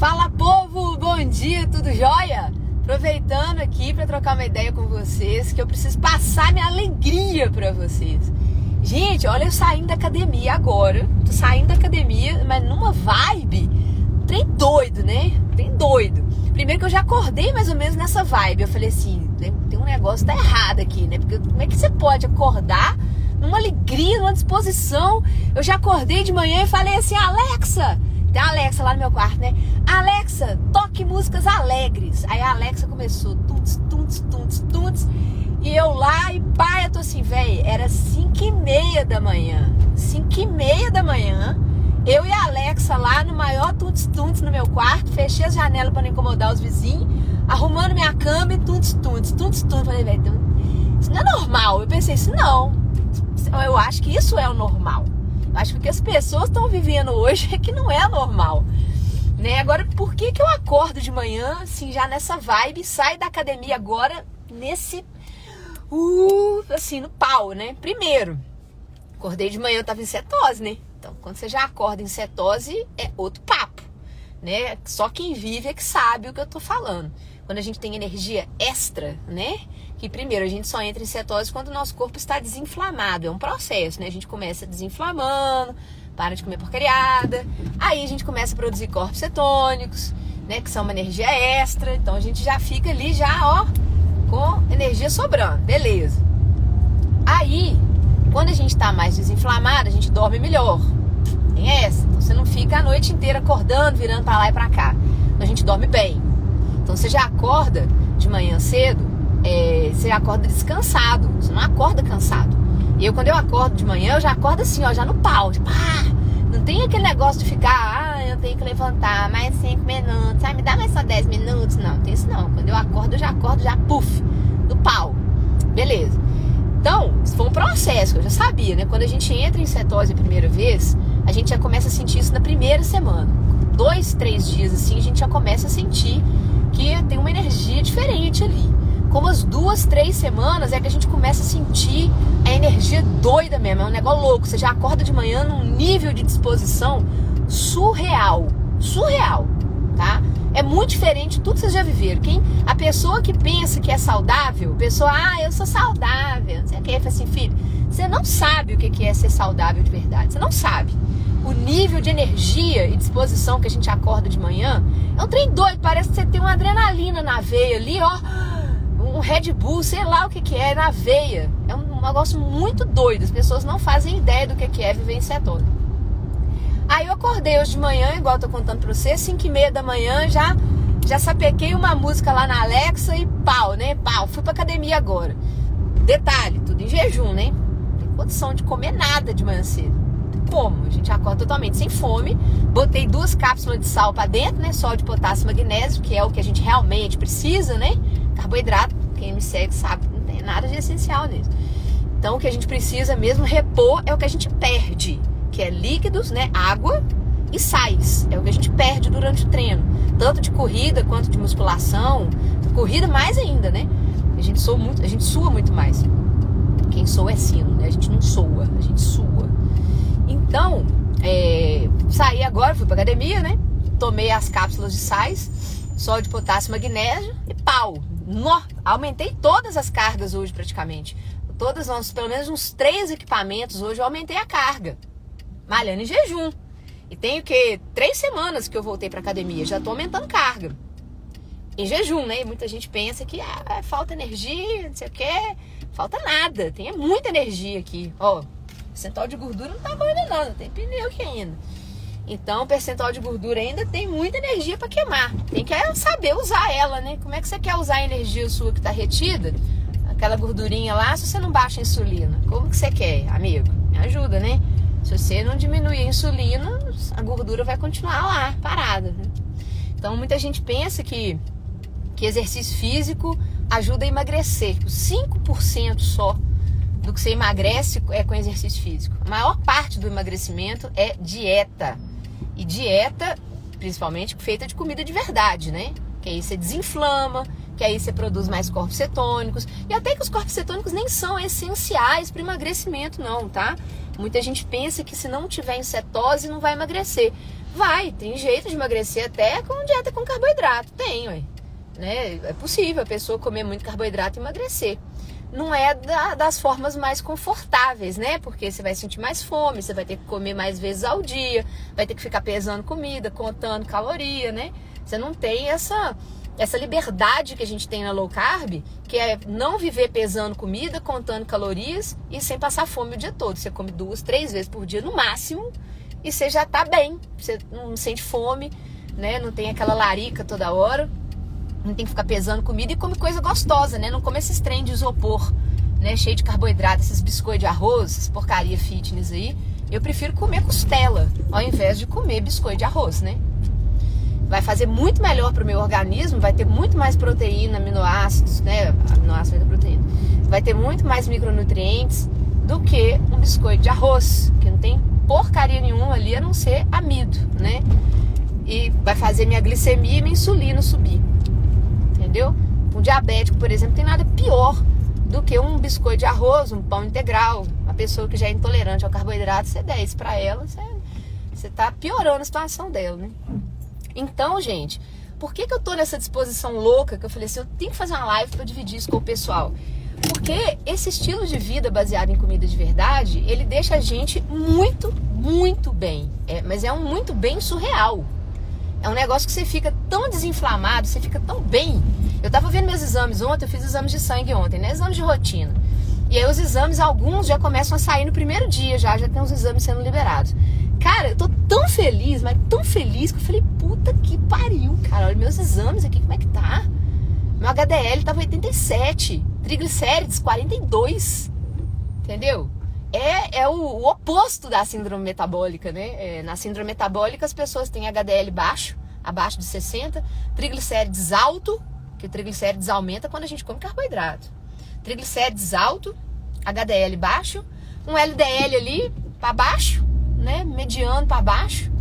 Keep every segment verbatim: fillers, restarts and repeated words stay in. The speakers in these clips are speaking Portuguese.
Fala, povo! Bom dia, tudo jóia? Aproveitando aqui para trocar uma ideia com vocês, que eu preciso passar minha alegria para vocês. Gente, olha, eu saindo da academia agora, tô saindo da academia, mas numa vibe, trem doido, né? Trem doido. Primeiro que eu já acordei mais ou menos nessa vibe, eu falei assim, tem um negócio que tá errado aqui, né? Porque como é que você pode acordar numa alegria, numa disposição? Eu já acordei de manhã e falei assim, Alexa... Tem a Alexa lá no meu quarto, né? Alexa, toque músicas alegres. Aí a Alexa começou, tunts, tunts, tunts, tunts. E eu lá, e pá, eu tô assim, velho, era cinco e meia da manhã. cinco e meia da manhã. Eu e a Alexa lá no maior tunts, tunts no meu quarto. Fechei as janelas pra não incomodar os vizinhos. Arrumando minha cama e tunts, tunts, tunts, tunts. Falei, velho, isso não é normal. Eu pensei assim, não. Eu acho que isso é o normal. Acho que o que as pessoas estão vivendo hoje é que não é normal, né? Agora, por que que eu acordo de manhã, assim, já nessa vibe, saio da academia agora nesse, uh, assim, no pau, né? Primeiro, acordei de manhã, eu tava em cetose, né? Então, quando você já acorda em cetose, é outro papo, né? Só quem vive é que sabe o que eu tô falando. Quando a gente tem energia extra, né? Que primeiro, a gente só entra em cetose quando o nosso corpo está desinflamado. É um processo, né? A gente começa desinflamando, para de comer porcariada. Aí a gente começa a produzir corpos cetônicos, né? Que são uma energia extra. Então a gente já fica ali, já, ó, com energia sobrando. Beleza. Aí, quando a gente está mais desinflamado, a gente dorme melhor. Tem essa. Então você não fica a noite inteira acordando, virando para lá e para cá. Então a gente dorme bem. Então você já acorda de manhã cedo, é, você acorda descansado, você não acorda cansado. E eu, quando eu acordo de manhã, eu já acordo assim, ó, já no pau, tipo, ah, não tem aquele negócio de ficar, ah, eu tenho que levantar mais cinco minutos, ah, me dá mais só dez minutos, não, tem isso não. Quando eu acordo, eu já acordo, já, puf, no pau, beleza. Então, isso foi um processo que eu já sabia, né? Quando a gente entra em cetose a primeira vez, a gente já começa a sentir isso na primeira semana. Dois, três dias assim, a gente já começa a sentir que tem uma energia diferente ali. Como as duas, três semanas é que a gente começa a sentir a energia doida mesmo, é um negócio louco. Você já acorda de manhã num nível de disposição surreal, surreal, tá? É muito diferente de tudo que vocês já viveram. Quem, a pessoa que pensa que é saudável, a pessoa, ah, eu sou saudável, não sei o que, fala assim, filho, você não sabe o que é ser saudável de verdade, você não sabe. O nível de energia e disposição que a gente acorda de manhã é um trem doido, parece que você tem uma adrenalina na veia ali, ó, um Red Bull, sei lá o que que é, na veia. É um negócio muito doido, as pessoas não fazem ideia do que que é viver em cetose. Aí eu acordei hoje de manhã, igual eu tô contando pra vocês, cinco e meia da manhã, já, já sapequei uma música lá na Alexa e pau, né, pau, fui pra academia agora. Detalhe, tudo em jejum, né, não tem condição de comer nada de manhã cedo. Como? A gente acorda totalmente sem fome. Botei duas cápsulas de sal pra dentro, né? Sódio, de potássio e magnésio, que é o que a gente realmente precisa, né? Carboidrato, quem me segue sabe que não tem nada de essencial nisso. Então o que a gente precisa mesmo repor é o que a gente perde, que é líquidos, né? Água e sais. É o que a gente perde durante o treino. Tanto de corrida quanto de musculação. Corrida mais ainda, né? A gente sua muito, a gente sua muito mais. Quem soa é sino, né? A gente não soa, a gente sua. Então, é, saí agora, fui pra academia, né? Tomei as cápsulas de sais, sódio, potássio, magnésio e pau. No, aumentei todas as cargas hoje praticamente. Todas, uns, pelo menos uns três equipamentos hoje eu aumentei a carga. Malhando em jejum. E tenho que três semanas que eu voltei pra academia, já tô aumentando carga. Em jejum, né? E muita gente pensa que ah, falta energia, não sei o que. Falta nada, tem muita energia aqui, ó. Percentual de gordura não tá bom ainda não, tem pneu aqui ainda. Então, percentual de gordura ainda tem muita energia para queimar. Tem que saber usar ela, né? Como é que você quer usar a energia sua que tá retida? Aquela gordurinha lá, se você não baixa a insulina. Como que você quer, amigo? Me ajuda, né? Se você não diminuir a insulina, a gordura vai continuar lá, parada, né? Então, muita gente pensa que, que exercício físico ajuda a emagrecer. cinco por cento só do que você emagrece é com exercício físico. A maior parte do emagrecimento é dieta. E dieta, principalmente, feita de comida de verdade, né? Que aí você desinflama, que aí você produz mais corpos cetônicos. E até que os corpos cetônicos nem são essenciais para emagrecimento, não, tá? Muita gente pensa que se não tiver em cetose não vai emagrecer. Vai, tem jeito de emagrecer até com dieta com carboidrato. Tem, ué. Né? É possível a pessoa comer muito carboidrato e emagrecer. Não é da, das formas mais confortáveis, né? Porque você vai sentir mais fome, você vai ter que comer mais vezes ao dia, vai ter que ficar pesando comida, contando caloria, né? Você não tem essa, essa liberdade que a gente tem na low carb, que é não viver pesando comida, contando calorias e sem passar fome o dia todo. Você come duas, três vezes por dia no máximo e você já tá bem. Você não sente fome, né? Não tem aquela larica toda hora. Não tem que ficar pesando comida e come coisa gostosa, né? Não come esses trem de isopor, né? Cheio de carboidrato, esses biscoitos de arroz, essas porcaria fitness aí. Eu prefiro comer costela ao invés de comer biscoito de arroz, né? Vai fazer muito melhor pro meu organismo, vai ter muito mais proteína, aminoácidos, né? Aminoácidos da proteína. Vai ter muito mais micronutrientes do que um biscoito de arroz, que não tem porcaria nenhuma ali a não ser amido, né? E vai fazer minha glicemia e minha insulina subir. Entendeu? Um diabético, por exemplo, tem nada pior do que um biscoito de arroz, um pão integral. Uma pessoa que já é intolerante ao carboidrato, você der isso pra ela, você, você tá piorando a situação dela, né? Então, gente, por que que eu tô nessa disposição louca que eu falei assim, eu tenho que fazer uma live pra dividir isso com o pessoal? Porque esse estilo de vida baseado em comida de verdade, ele deixa a gente muito, muito bem. É, mas é um muito bem surreal. É um negócio que você fica tão desinflamado, você fica tão bem. Eu tava vendo meus exames ontem, eu fiz exames de sangue ontem, né? Exames de rotina. E aí os exames, alguns já começam a sair no primeiro dia, já, já tem os exames sendo liberados. Cara, eu tô tão feliz, mas tão feliz que eu falei, puta que pariu, cara. Olha meus exames aqui, como é que tá? Meu H D L tava oitenta e sete, triglicérides quarenta e dois, entendeu? É, é o, o oposto da síndrome metabólica, né? É, na síndrome metabólica as pessoas têm H D L baixo, abaixo de sessenta, triglicérides alto, que o triglicérides aumenta quando a gente come carboidrato. Triglicérides alto, H D L baixo, um L D L ali para baixo, né? Mediano para baixo.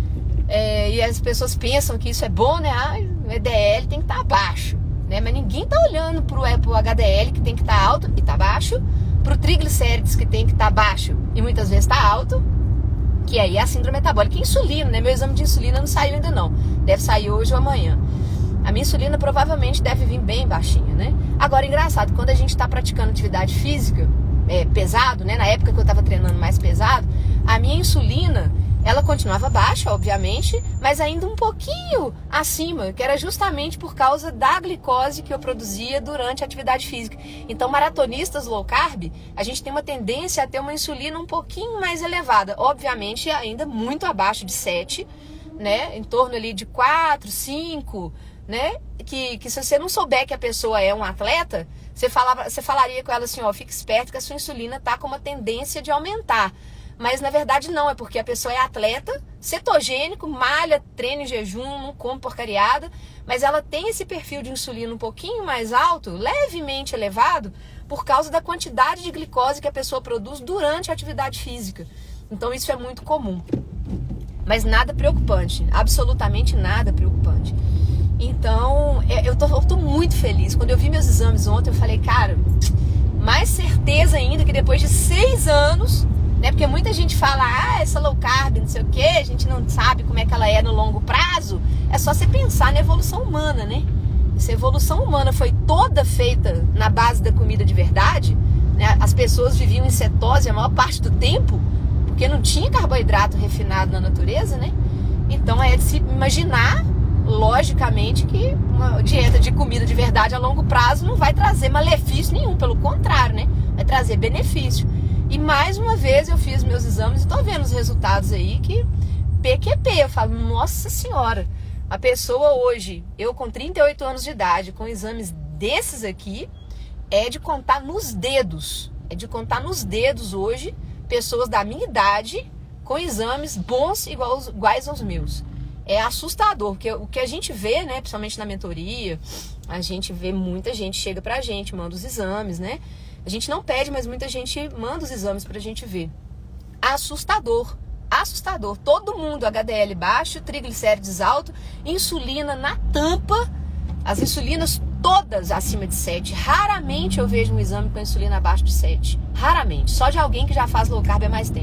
É, e as pessoas pensam que isso é bom, né? Ah, o L D L tem que estar abaixo, né? Mas ninguém tá olhando pro, é, pro H D L que tem que estar alto e tá baixo, pro triglicérides que tem que estar baixo e muitas vezes tá alto, que aí é a síndrome metabólica. E insulina, né? Meu exame de insulina não saiu ainda não. Deve sair hoje ou amanhã. A minha insulina provavelmente deve vir bem baixinha, né? Agora, engraçado, quando a gente tá praticando atividade física é, pesado, né? Na época que eu tava treinando mais pesado, a minha insulina, ela continuava baixa, obviamente, mas ainda um pouquinho acima, que era justamente por causa da glicose que eu produzia durante a atividade física. Então, maratonistas low carb, a gente tem uma tendência a ter uma insulina um pouquinho mais elevada, obviamente ainda muito abaixo de sete, né? Em torno ali de quatro, cinco, né? Que, que se você não souber que a pessoa é um atleta, você, falava, você falaria com ela assim, ó, fique esperto que a sua insulina tá com uma tendência de aumentar. Mas na verdade não, é porque a pessoa é atleta, cetogênico, malha, treina em jejum, não come porcariada, mas ela tem esse perfil de insulina um pouquinho mais alto, levemente elevado, por causa da quantidade de glicose que a pessoa produz durante a atividade física. Então isso é muito comum. Mas nada preocupante, absolutamente nada preocupante. Então, eu tô, eu tô muito feliz. Quando eu vi meus exames ontem, eu falei, cara, mais certeza ainda que depois de seis anos... Né? Porque muita gente fala, ah, essa low carb, não sei o que, a gente não sabe como é que ela é no longo prazo. É só você pensar na evolução humana, né? Se a evolução humana foi toda feita na base da comida de verdade, né? As pessoas viviam em cetose a maior parte do tempo, porque não tinha carboidrato refinado na natureza, né? Então é de se imaginar, logicamente, que uma dieta de comida de verdade a longo prazo não vai trazer malefício nenhum, pelo contrário, né? Vai trazer benefício. E mais uma vez eu fiz meus exames e tô vendo os resultados aí que P Q P, eu falo, nossa senhora, a pessoa hoje, eu com trinta e oito anos de idade, com exames desses aqui, é de contar nos dedos, é de contar nos dedos hoje, pessoas da minha idade com exames bons iguais, iguais aos meus. É assustador, porque o que a gente vê, né, principalmente na mentoria, a gente vê muita gente chega pra gente, manda os exames, né? A gente não pede, mas muita gente manda os exames pra gente ver. Assustador, assustador. Todo mundo H D L baixo, triglicérides alto, insulina na tampa, as insulinas todas acima de sete. Raramente eu vejo um exame com insulina abaixo de sete. Raramente. Só de alguém que já faz low carb há mais tempo.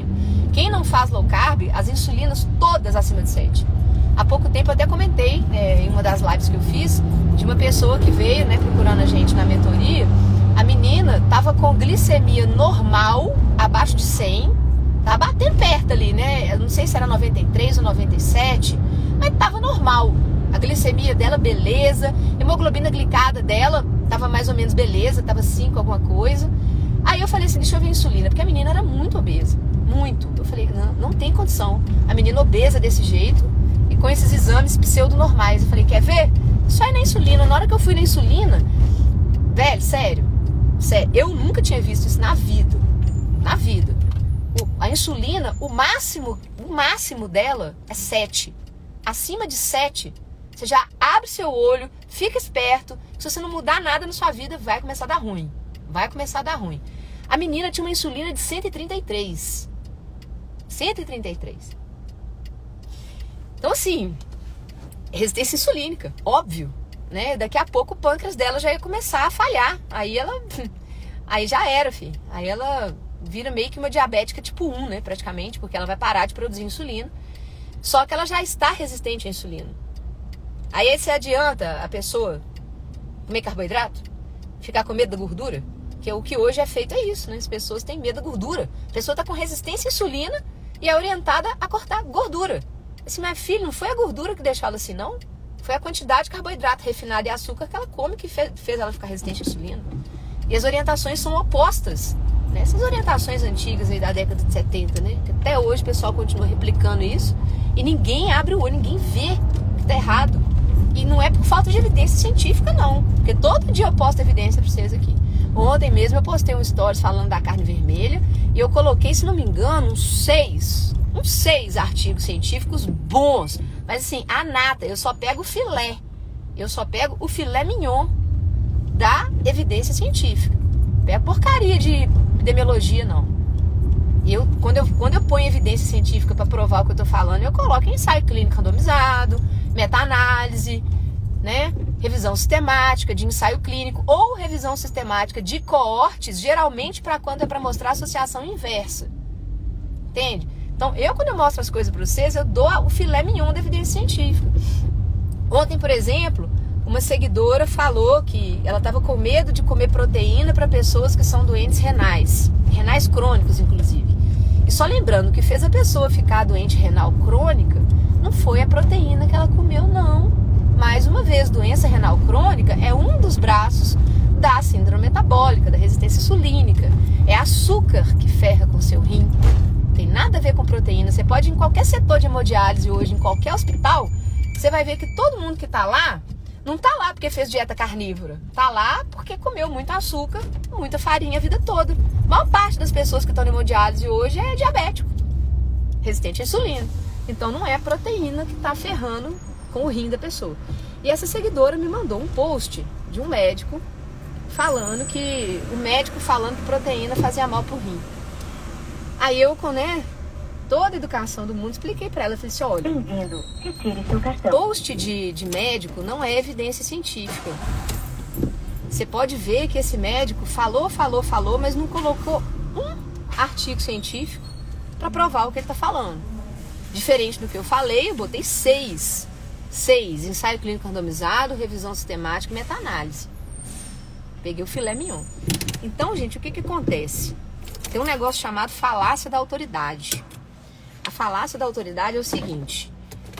Quem não faz low carb, as insulinas todas acima de sete. Há pouco tempo eu até comentei é, em uma das lives que eu fiz de uma pessoa que veio, né, procurando a gente na mentoria. A menina estava com glicemia normal, abaixo de cem, tá batendo perto ali, né? Eu não sei se era noventa e três ou noventa e sete, mas tava normal. A glicemia dela, beleza. Hemoglobina glicada dela tava mais ou menos beleza, tava cinco alguma coisa. Aí eu falei assim, deixa eu ver a insulina, porque a menina era muito obesa, muito. Eu falei, não, não tem condição. A menina obesa desse jeito e com esses exames pseudo-normais. Eu falei, quer ver? Só ir na insulina. Na hora que eu fui na insulina, velho, sério, sério, eu nunca tinha visto isso na vida, na vida. O, a insulina, o máximo, o máximo dela é sete. Acima de sete, você já abre seu olho, fica esperto. Se você não mudar nada na sua vida, vai começar a dar ruim. Vai começar a dar ruim. A menina tinha uma insulina de cento e trinta e três. cento e trinta e três. Então, assim, resistência insulínica, óbvio, né? Daqui a pouco o pâncreas dela já ia começar a falhar. Aí ela, aí já era, filho. Aí ela vira meio que uma diabética tipo um, né? Praticamente, porque ela vai parar de produzir insulina. Só que ela já está resistente à insulina. Aí você adianta a pessoa comer carboidrato? Ficar com medo da gordura? Que o que hoje é feito é isso, né? As pessoas têm medo da gordura. A pessoa está com resistência à insulina e é orientada a cortar gordura. Assim, minha filha, não foi a gordura que deixou ela assim, não? Foi a quantidade de carboidrato refinado e açúcar que ela come que fez, fez ela ficar resistente à insulina. E as orientações são opostas, né? Essas orientações antigas aí da década de setenta, né? Que até hoje o pessoal continua replicando isso e ninguém abre o olho, ninguém vê que tá errado. E não é por falta de evidência científica, não. Porque todo dia eu posto evidência para vocês aqui. Ontem mesmo eu postei um stories falando da carne vermelha e eu coloquei, se não me engano, uns seis, uns seis artigos científicos bons. Mas assim, a nata, eu só pego o filé. Eu só pego o filé mignon da evidência científica. Não pego porcaria de epidemiologia, não. Eu, quando, eu, quando eu ponho evidência científica para provar o que eu tô falando, eu coloco ensaio clínico randomizado, meta-análise, né? Revisão sistemática de ensaio clínico ou revisão sistemática de coortes, geralmente para quando é para mostrar associação inversa. Entende? Então, eu quando eu mostro as coisas para vocês, eu dou o filé mignon da evidência científica. Ontem, por exemplo, uma seguidora falou que ela estava com medo de comer proteína para pessoas que são doentes renais, renais crônicos, inclusive. E só lembrando, o que fez a pessoa ficar doente renal crônica não foi a proteína que ela comeu, não. Mais uma vez, doença renal crônica é um dos braços da síndrome metabólica, da resistência insulínica. É açúcar que ferra com o seu rim. Tem nada a ver com proteína. Você pode ir em qualquer setor de hemodiálise hoje, em qualquer hospital, você vai ver que todo mundo que está lá, não está lá porque fez dieta carnívora. Está lá porque comeu muito açúcar, muita farinha a vida toda. A maior parte das pessoas que estão na hemodiálise hoje é diabético, resistente à insulina. Então não é a proteína que está ferrando com o rim da pessoa. E essa seguidora me mandou um post de um médico falando que o médico falando que proteína fazia mal pro rim. Aí eu, com né, toda a educação do mundo, expliquei para ela, falei assim, olha, bem-vindo, retire seu cartão. Post de, de médico não é evidência científica. Você pode ver que esse médico falou, falou, falou, mas não colocou um artigo científico para provar o que ele está falando. Diferente do que eu falei, eu botei seis. Seis. Ensaio clínico randomizado, revisão sistemática e meta-análise. Peguei o filé mignon. Então, gente, o que que acontece? Tem um negócio chamado falácia da autoridade. A falácia da autoridade é o seguinte.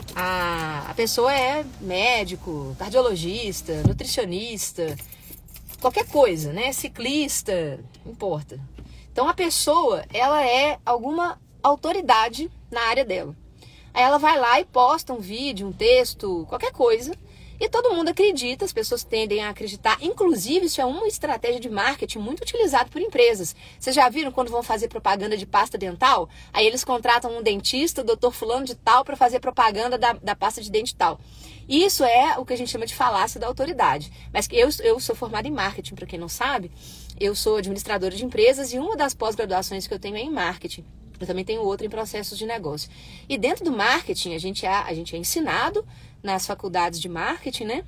A, a pessoa é médico, cardiologista, nutricionista, qualquer coisa, né? Ciclista, não importa. Então, a pessoa, ela é alguma autoridade na área dela. Aí ela vai lá e posta um vídeo, um texto, qualquer coisa, e todo mundo acredita, as pessoas tendem a acreditar. Inclusive, isso é uma estratégia de marketing muito utilizada por empresas. Vocês já viram quando vão fazer propaganda de pasta dental? Aí eles contratam um dentista, o doutor fulano de tal, para fazer propaganda da, da pasta de dente tal. Isso é o que a gente chama de falácia da autoridade. Mas eu, eu sou formada em marketing, para quem não sabe. Eu sou administradora de empresas e uma das pós-graduações que eu tenho é em marketing. Eu também tenho outra em processos de negócio. E dentro do marketing, a gente é, a gente é ensinado nas faculdades de marketing, né,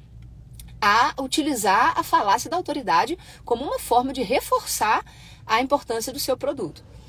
a utilizar a falácia da autoridade como uma forma de reforçar a importância do seu produto.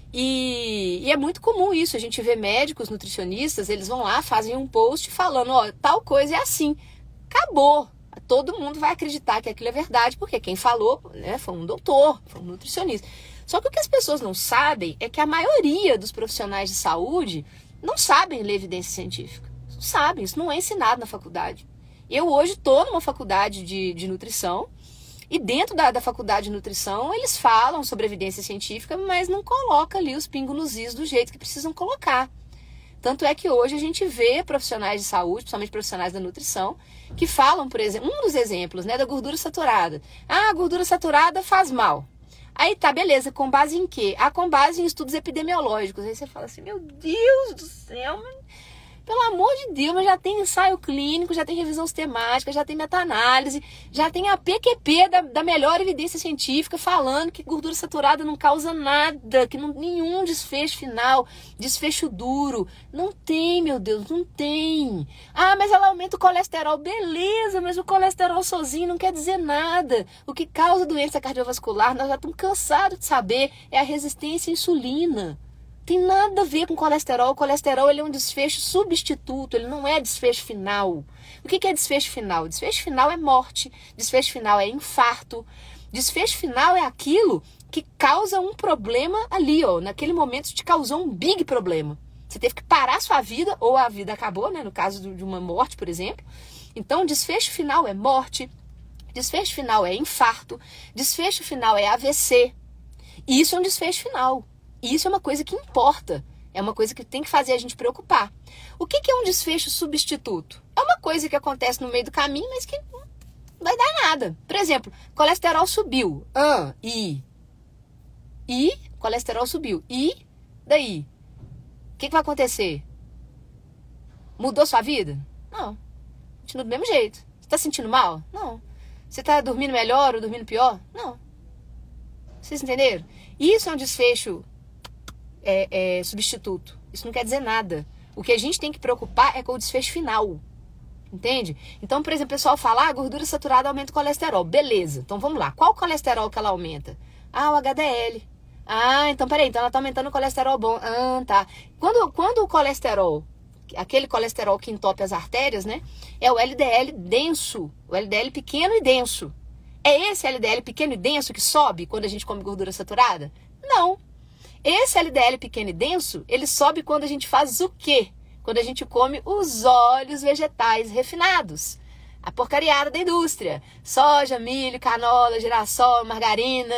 E, e é muito comum isso, a gente vê médicos, nutricionistas, eles vão lá, fazem um post falando, ó, tal coisa é assim. Acabou. Todo mundo vai acreditar que aquilo é verdade, porque quem falou, né, foi um doutor, foi um nutricionista. Só que o que as pessoas não sabem é que a maioria dos profissionais de saúde não sabem ler evidência científica. Não sabem, isso não é ensinado na faculdade. Eu hoje estou numa faculdade de, de nutrição, e dentro da, da faculdade de nutrição eles falam sobre evidência científica, mas não colocam ali os pingos nos is do jeito que precisam colocar. Tanto é que hoje a gente vê profissionais de saúde, principalmente profissionais da nutrição, que falam, por exemplo, um dos exemplos, né, da gordura saturada. Ah, a gordura saturada faz mal. Aí tá, beleza, com base em quê? Ah, com base em estudos epidemiológicos. Aí você fala assim, meu Deus do céu, mano. Pelo amor de Deus, mas já tem ensaio clínico, já tem revisão sistemática, já tem meta-análise, já tem a P Q P da, da melhor evidência científica falando que gordura saturada não causa nada, que não, nenhum desfecho final, desfecho duro. Não tem, meu Deus, não tem. Ah, mas ela aumenta o colesterol. Beleza, mas o colesterol sozinho não quer dizer nada. O que causa doença cardiovascular, nós já estamos cansados de saber, é a resistência à insulina. Tem nada a ver com colesterol. O colesterol ele é um desfecho substituto, ele não é desfecho final. O que é desfecho final? Desfecho final é morte, desfecho final é infarto. Desfecho final é aquilo que causa um problema ali, ó. Naquele momento te causou um big problema. Você teve que parar a sua vida, ou a vida acabou, né? No caso de uma morte, por exemplo. Então, desfecho final é morte, desfecho final é infarto, desfecho final é A V C. E isso é um desfecho final. E isso é uma coisa que importa, é uma coisa que tem que fazer a gente preocupar. O que que é um desfecho substituto? É uma coisa que acontece no meio do caminho, mas que não vai dar nada. Por exemplo, colesterol subiu. Ah, e? E? Colesterol subiu. E? Daí? O que que vai acontecer? Mudou sua vida? Não. Continua do mesmo jeito. Você está sentindo mal? Não. Você está dormindo melhor ou dormindo pior? Não. Vocês entenderam? Isso é um desfecho É, é, substituto. Isso não quer dizer nada. O que a gente tem que preocupar é com o desfecho final. Entende? Então, por exemplo, o pessoal fala, ah, a gordura saturada aumenta o colesterol. Beleza. Então vamos lá. Qual o colesterol que ela aumenta? Ah, o H D L. Ah, então peraí. Então ela tá aumentando o colesterol bom. Ah, tá. Quando, quando o colesterol, aquele colesterol que entope as artérias, né? É o L D L denso. O L D L pequeno e denso. É esse L D L pequeno e denso que sobe quando a gente come gordura saturada? Não. Esse L D L pequeno e denso, ele sobe quando a gente faz o quê? Quando a gente come os óleos vegetais refinados. A porcariada da indústria. Soja, milho, canola, girassol, margarina.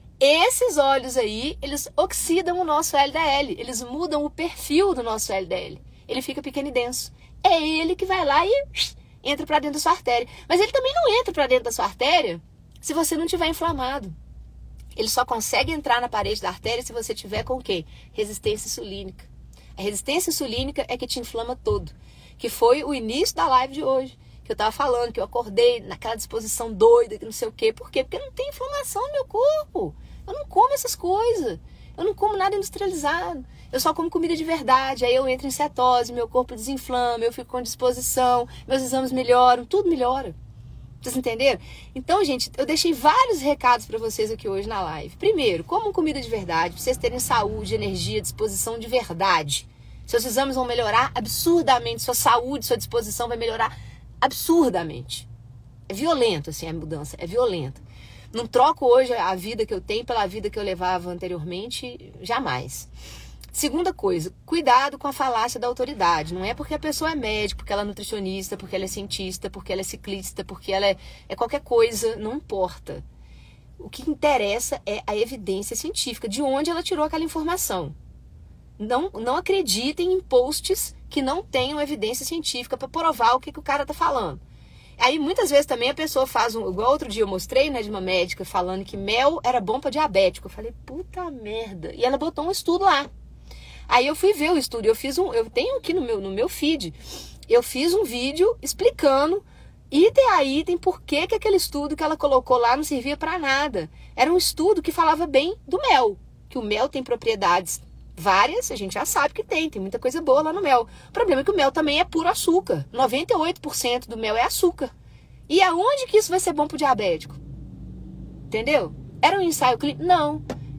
Esses óleos aí, eles oxidam o nosso L D L. Eles mudam o perfil do nosso L D L. Ele fica pequeno e denso. É ele que vai lá e entra para dentro da sua artéria. Mas ele também não entra para dentro da sua artéria se você não estiver inflamado. Ele só consegue entrar na parede da artéria se você tiver com o quê? Resistência insulínica. A resistência insulínica é que te inflama todo. Que foi o início da live de hoje. Que eu tava falando, que eu acordei naquela disposição doida, que não sei o quê. Por quê? Porque não tem inflamação no meu corpo. Eu não como essas coisas. Eu não como nada industrializado. Eu só como comida de verdade. Aí eu entro em cetose, meu corpo desinflama, eu fico com disposição, meus exames melhoram, tudo melhora. Vocês entenderam? Então, gente, eu deixei vários recados para vocês aqui hoje na live. Primeiro, comam comida de verdade, para vocês terem saúde, energia, disposição de verdade. Seus exames vão melhorar absurdamente, sua saúde, sua disposição vai melhorar absurdamente. É violento, assim, a mudança, é violenta. Não troco hoje a vida que eu tenho pela vida que eu levava anteriormente, jamais. Segunda coisa, cuidado com a falácia da autoridade. Não é porque a pessoa é médica, porque ela é nutricionista, porque ela é cientista, porque ela é ciclista, porque ela é, é qualquer coisa, não importa. O que interessa é a evidência científica, de onde ela tirou aquela informação. Não, não acreditem em posts que não tenham evidência científica para provar o que, que o cara tá falando. Aí muitas vezes também a pessoa faz um... Igual outro dia eu mostrei, né, de uma médica falando que mel era bom para diabético. Eu falei, puta merda. E ela botou um estudo lá. Aí eu fui ver o estudo, eu fiz um, eu tenho aqui no meu, no meu feed, eu fiz um vídeo explicando item a item por que que aquele estudo que ela colocou lá não servia para nada. Era um estudo que falava bem do mel, que o mel tem propriedades várias, a gente já sabe que tem, tem muita coisa boa lá no mel. O problema é que o mel também é puro açúcar, noventa e oito por cento do mel é açúcar. E aonde que isso vai ser bom pro diabético? Entendeu? Era um ensaio clínico? Não.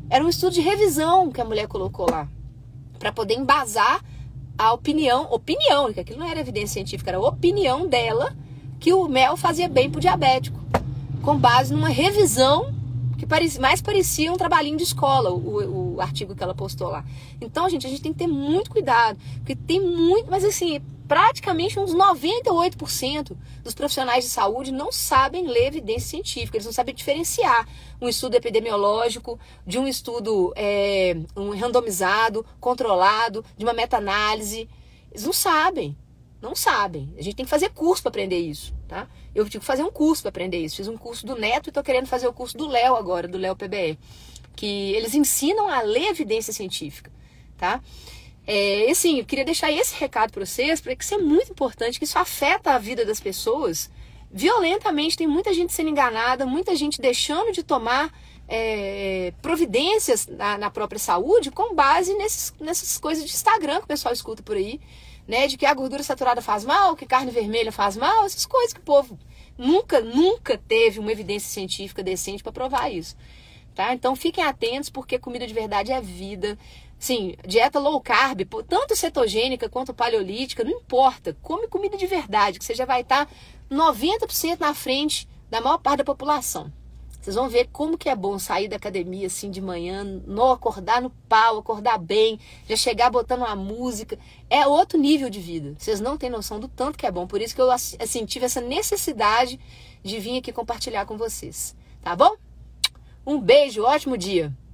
Era um estudo de revisão que a mulher colocou lá, para poder embasar a opinião, opinião, que aquilo não era evidência científica, era a opinião dela que o mel fazia bem pro diabético, com base numa revisão que parecia, mais parecia um trabalhinho de escola, o, o artigo que ela postou lá. Então, gente, a gente tem que ter muito cuidado, porque tem muito, mas assim, praticamente uns noventa e oito por cento dos profissionais de saúde não sabem ler evidência científica, eles não sabem diferenciar um estudo epidemiológico de um estudo é, um randomizado, controlado, de uma meta-análise. Eles não sabem, não sabem. A gente tem que fazer curso para aprender isso, tá? Eu tive que fazer um curso para aprender isso. Fiz um curso do Neto e estou querendo fazer o curso do Léo agora, do Léo P B E, que eles ensinam a ler evidência científica, tá? É, e assim, eu queria deixar esse recado para vocês, porque isso é muito importante, que isso afeta a vida das pessoas violentamente. Tem muita gente sendo enganada, muita gente deixando de tomar é, providências na, na própria saúde com base nesses, nessas coisas de Instagram que o pessoal escuta por aí, né? De que a gordura saturada faz mal, que carne vermelha faz mal, essas coisas que o povo nunca, nunca teve uma evidência científica decente para provar isso, tá? Então fiquem atentos, porque comida de verdade é vida. Sim, dieta low carb, tanto cetogênica quanto paleolítica, não importa. Come comida de verdade, que você já vai estar noventa por cento na frente da maior parte da população. Vocês vão ver como que é bom sair da academia assim de manhã, no, acordar no pau, acordar bem, já chegar botando uma música. É outro nível de vida. Vocês não têm noção do tanto que é bom. Por isso que eu assim, tive essa necessidade de vir aqui compartilhar com vocês. Tá bom? Um beijo, ótimo dia!